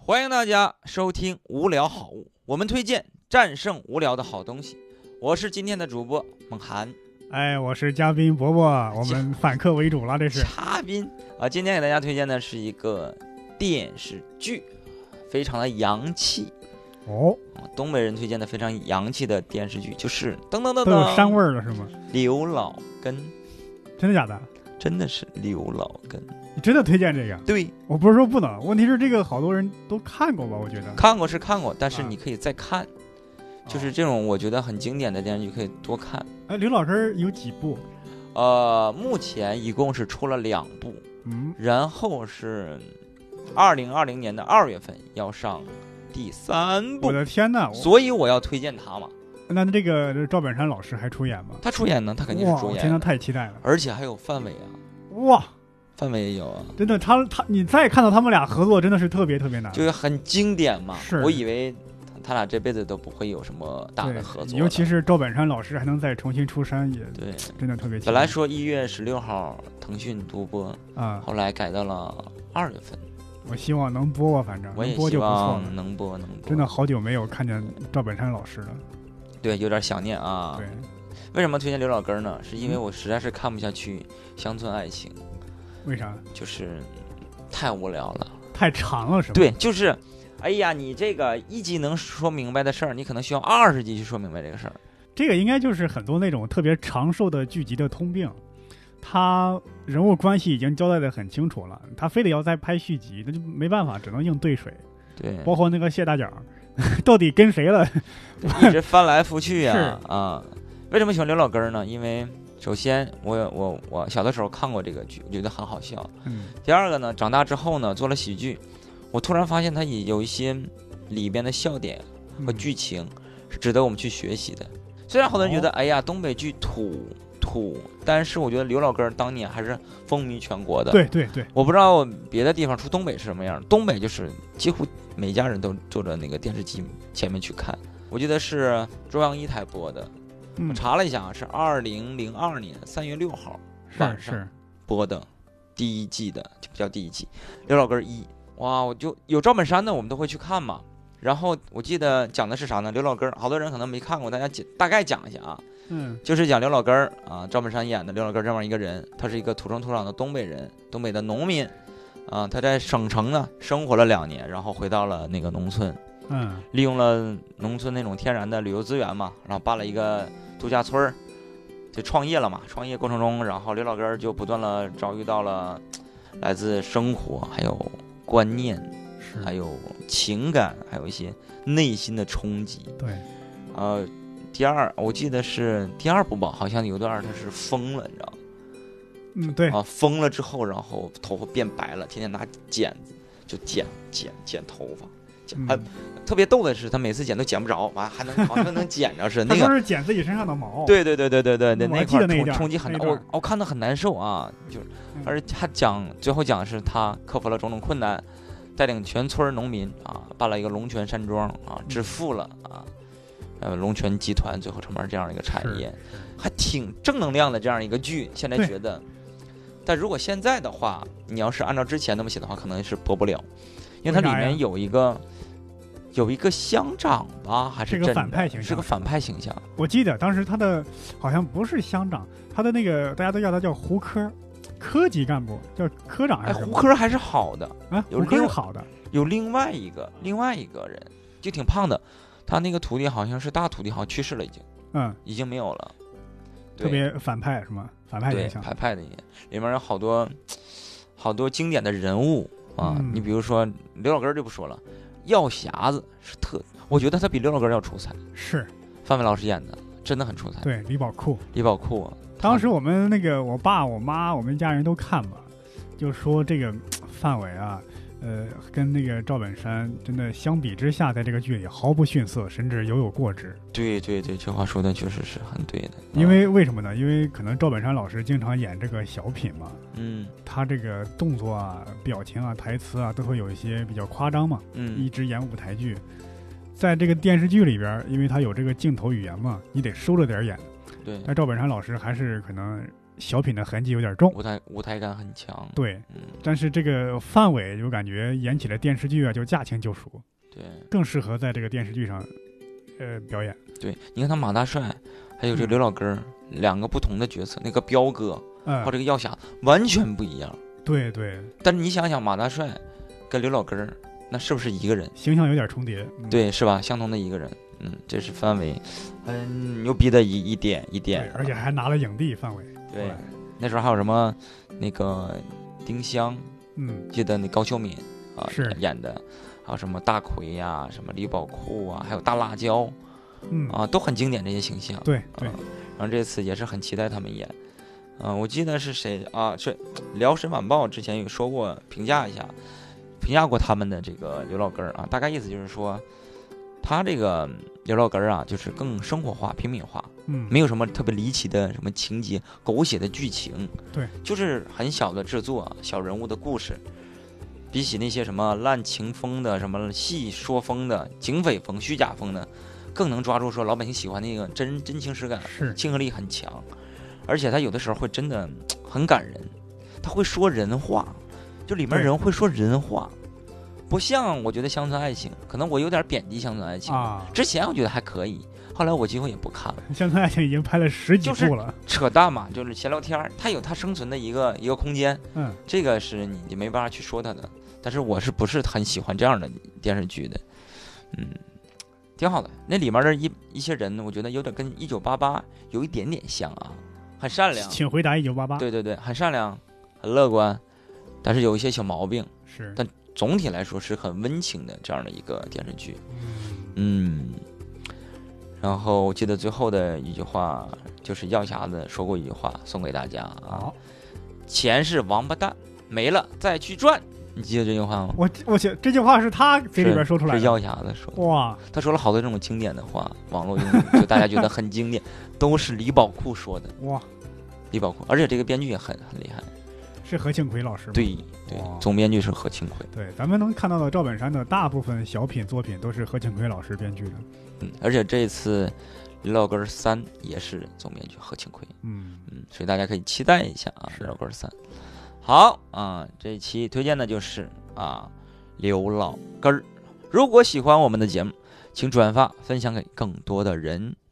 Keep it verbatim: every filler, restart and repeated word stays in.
欢迎大家收听无聊好物，我们推荐战胜无聊的好东西。我是今天的主播孟涵， 哎，我是嘉宾伯伯，我们反客为主了，这是嘉宾啊。今天给大家推荐的是一个电视剧，非常的洋气哦。 东北人推荐的非常洋气的电视剧，就是噔噔噔噔， 都有膻味儿了是吗？ 刘老根， 真的假的？ 真的是刘老根。 你真的推荐这个？ 对， 我不是说不能，问题是这个好多人都看过吧？我觉得看过是看过，但是你可以再看， 啊、 就是这种我觉得很经典的电视剧可以多看。 哎，刘老根有几部？ 呃，目前一共是出了两部， 嗯， 然后是二零二零年的二月份要上第三部。 我的天哪！ 所以我要推荐他嘛。 那这个赵本山老师还出演吗？ 他出演呢，他肯定是主演。 真的太期待了， 而且还有范伟啊！ 哇， 范伟也有啊！ 真的，他他你再看到他们俩合作，真的是特别特别难， 就是很经典嘛。 是， 我以为他俩这辈子都不会有什么大的合作， 尤其是赵本山老师还能再重新出山，也对， 真的特别期待。 本来说一月十六号腾讯独播啊， 后来改到了二月份。 我希望能播吧，反正我也能播就不错了。 能播能播， 真的好久没有看见赵本山老师了。 对，有点想念啊。 对， 为什么推荐刘老根呢？是因为我实在是看不下去乡村爱情。 为啥？ 就是太无聊了， 太长了是吧？ 对，就是，哎呀，你这个一集能说明白的事儿，你可能需要二十集去说明白这个事儿。 这个应该就是很多那种特别长寿的剧集的通病，他人物关系已经交代的很清楚了，他非得要再拍续集，那就没办法，只能硬兑水。 对， 包括那个谢大脚，到底跟谁了？ 一直翻来覆去呀、啊，啊！为什么喜欢刘老根呢？因为首先我我我小的时候看过这个剧，我觉得很好笑。 嗯。 第二个呢，长大之后呢，做了喜剧，我突然发现它也有一些里边的笑点和剧情是值得我们去学习的。嗯、虽然好多人觉得，哦、哎呀，东北剧土土，但是我觉得刘老根当年还是风靡全国的。 对对对。 我不知道别的地方出东北是什么样，东北就是几乎每家人都坐着那个电视机前面去看。我记得是中央一台播的。我查了一下啊，是二零零二年三月六号晚上播的第一季的，就叫第一季。刘老根一，哇，我就有赵本山的，我们都会去看嘛。然后我记得讲的是啥呢？刘老根，好多人可能没看过，大家大概讲一下啊。 嗯， 就是讲刘老根啊，赵本山演的刘老根这么一个人，他是一个土生土长的东北人，东北的农民啊。他在省城呢生活了两年，然后回到了那个农村。 嗯， 利用了农村那种天然的旅游资源嘛，然后办了一个度假村，就创业了嘛。创业过程中，然后刘老根就不断的遭遇到了来自生活、还有观念、还有情感，还有一些内心的冲击。 对， 呃，第二我记得是第二部吧，好像有段他是疯了，你知道吗？ 嗯，对啊，疯了之后，然后头发变白了，天天拿剪子就剪剪剪头发。还、嗯、特别逗的是，他每次剪都剪不着，完还能好像能剪着似的。那个是剪自己身上的毛。 对对对对对对对， 那块冲冲击很大，我我看得很难受啊。就是，而他讲最后讲的是他克服了种种困难，带领全村农民啊办了一个龙泉山庄啊，致富了啊，呃龙泉集团最后成为这样一个产业，还挺正能量的这样一个剧。现在觉得，但如果现在的话，你要是按照之前那么写的话，可能是播不了，因为它里面有一个。有一个乡长吧，还是个反派形象？ 是个反派形象。 我记得当时他的好像不是乡长，他的那个大家都叫他叫胡科，科级干部叫科长还是？ 哎，胡科还是好的啊， 有胡科是好的。 有另外一个另外一个人就挺胖的，他那个徒弟好像是大徒弟，好像去世了，已经， 嗯， 已经没有了。 特别反派是吗？反派形象。 对，反派的也里面有好多好多经典的人物啊， 嗯、 你比如说刘老根就不说了。药匣子是特，我觉得他比刘老根要出彩。 是， 范伟老师演的，真的很出彩。 对，李宝库， 李宝库、啊， 当时我们那个我爸、我妈、我们家人都看嘛，就说这个范伟啊，呃，跟那个赵本山真的相比之下，在这个剧里毫不逊色，甚至犹有过之。 对对对，这话说的确实是很对的。 因为为什么呢？因为可能赵本山老师经常演这个小品嘛， 嗯， 他这个动作啊、表情啊、台词啊，都会有一些比较夸张嘛， 嗯， 一直演舞台剧，在这个电视剧里边，因为他有这个镜头语言嘛，你得收着点演。 对， 但赵本山老师还是可能小品的痕迹有点重， 舞台舞台感很强。 对， 嗯， 但是这个范伟就感觉演起了电视剧啊，就驾轻就熟， 对， 更适合在这个电视剧上，呃，表演。 对，你看他马大帅，还有这个刘老根、嗯、两个不同的角色，那个彪哥， 嗯， 和这个药匣完全不一样。 对对。 但是你想想，马大帅跟刘老根，那是不是一个人？ 形象有点重叠。 嗯、对，是吧？相同的一个人。嗯，这是范伟很牛逼的一一点一点， 而且还拿了影帝。范伟对，那时候还有什么那个丁香， 嗯， 记得那高秀敏啊是演的，还有什么大奎呀、啊，什么李宝库啊，还有大辣椒， 嗯啊，都很经典这些形象。 对对、 啊，然后这次也是很期待他们演。嗯、啊，我记得是谁啊？是《辽沈晚报》之前有说过评价一下，评价过他们的这个刘老根啊，大概意思就是说。他这个刘老根啊，就是更生活化、平民化， 嗯， 没有什么特别离奇的什么情节、狗血的剧情， 对， 就是很小的制作、小人物的故事。比起那些什么滥情风的、什么戏说风的、警匪风、虚假风的，更能抓住说老百姓喜欢那个真真情实感， 是亲和力很强，而且他有的时候会真的很感人，他会说人话，就里面人会说人话。不像我觉得乡村爱情，可能我有点贬低乡村爱情啊。 之前我觉得还可以，后来我几乎也不看了。 乡村爱情已经拍了十几部了， 就是、扯淡嘛，就是闲聊天，它有它生存的一个一个空间。 嗯， 这个是你你没办法去说它的。但是我是不是很喜欢这样的电视剧的？嗯，挺好的。那里面的一一些人，我觉得有点跟一九八八有一点点像啊，很善良。 请回答一九八八。 对对对，很善良，很乐观，但是有一些小毛病。 是， 但。总体来说是很温情的这样的一个电视剧， 嗯， 嗯，然后我记得最后的一句话就是药匣子说过一句话送给大家啊，钱是王八蛋，没了再去赚，你记得这句话吗？ 我我写这句话是他嘴里边说出来的， 是药匣子说的。 哇， 他说了好多这种经典的话，网络用语就大家觉得很经典，都是李宝库说的。 哇， 李宝库，而且这个编剧也很很厉害。 是何庆魁老师吗？ 对对，总编剧是何庆魁。 对，咱们能看到的赵本山的大部分小品作品都是何庆魁老师编剧的。 嗯，而且这次《刘老根三》也是总编剧何庆魁。 嗯嗯，所以大家可以期待一下啊，《刘老根三》。好啊，这一期推荐的就是啊刘老根儿。如果喜欢我们的节目，请转发分享给更多的人。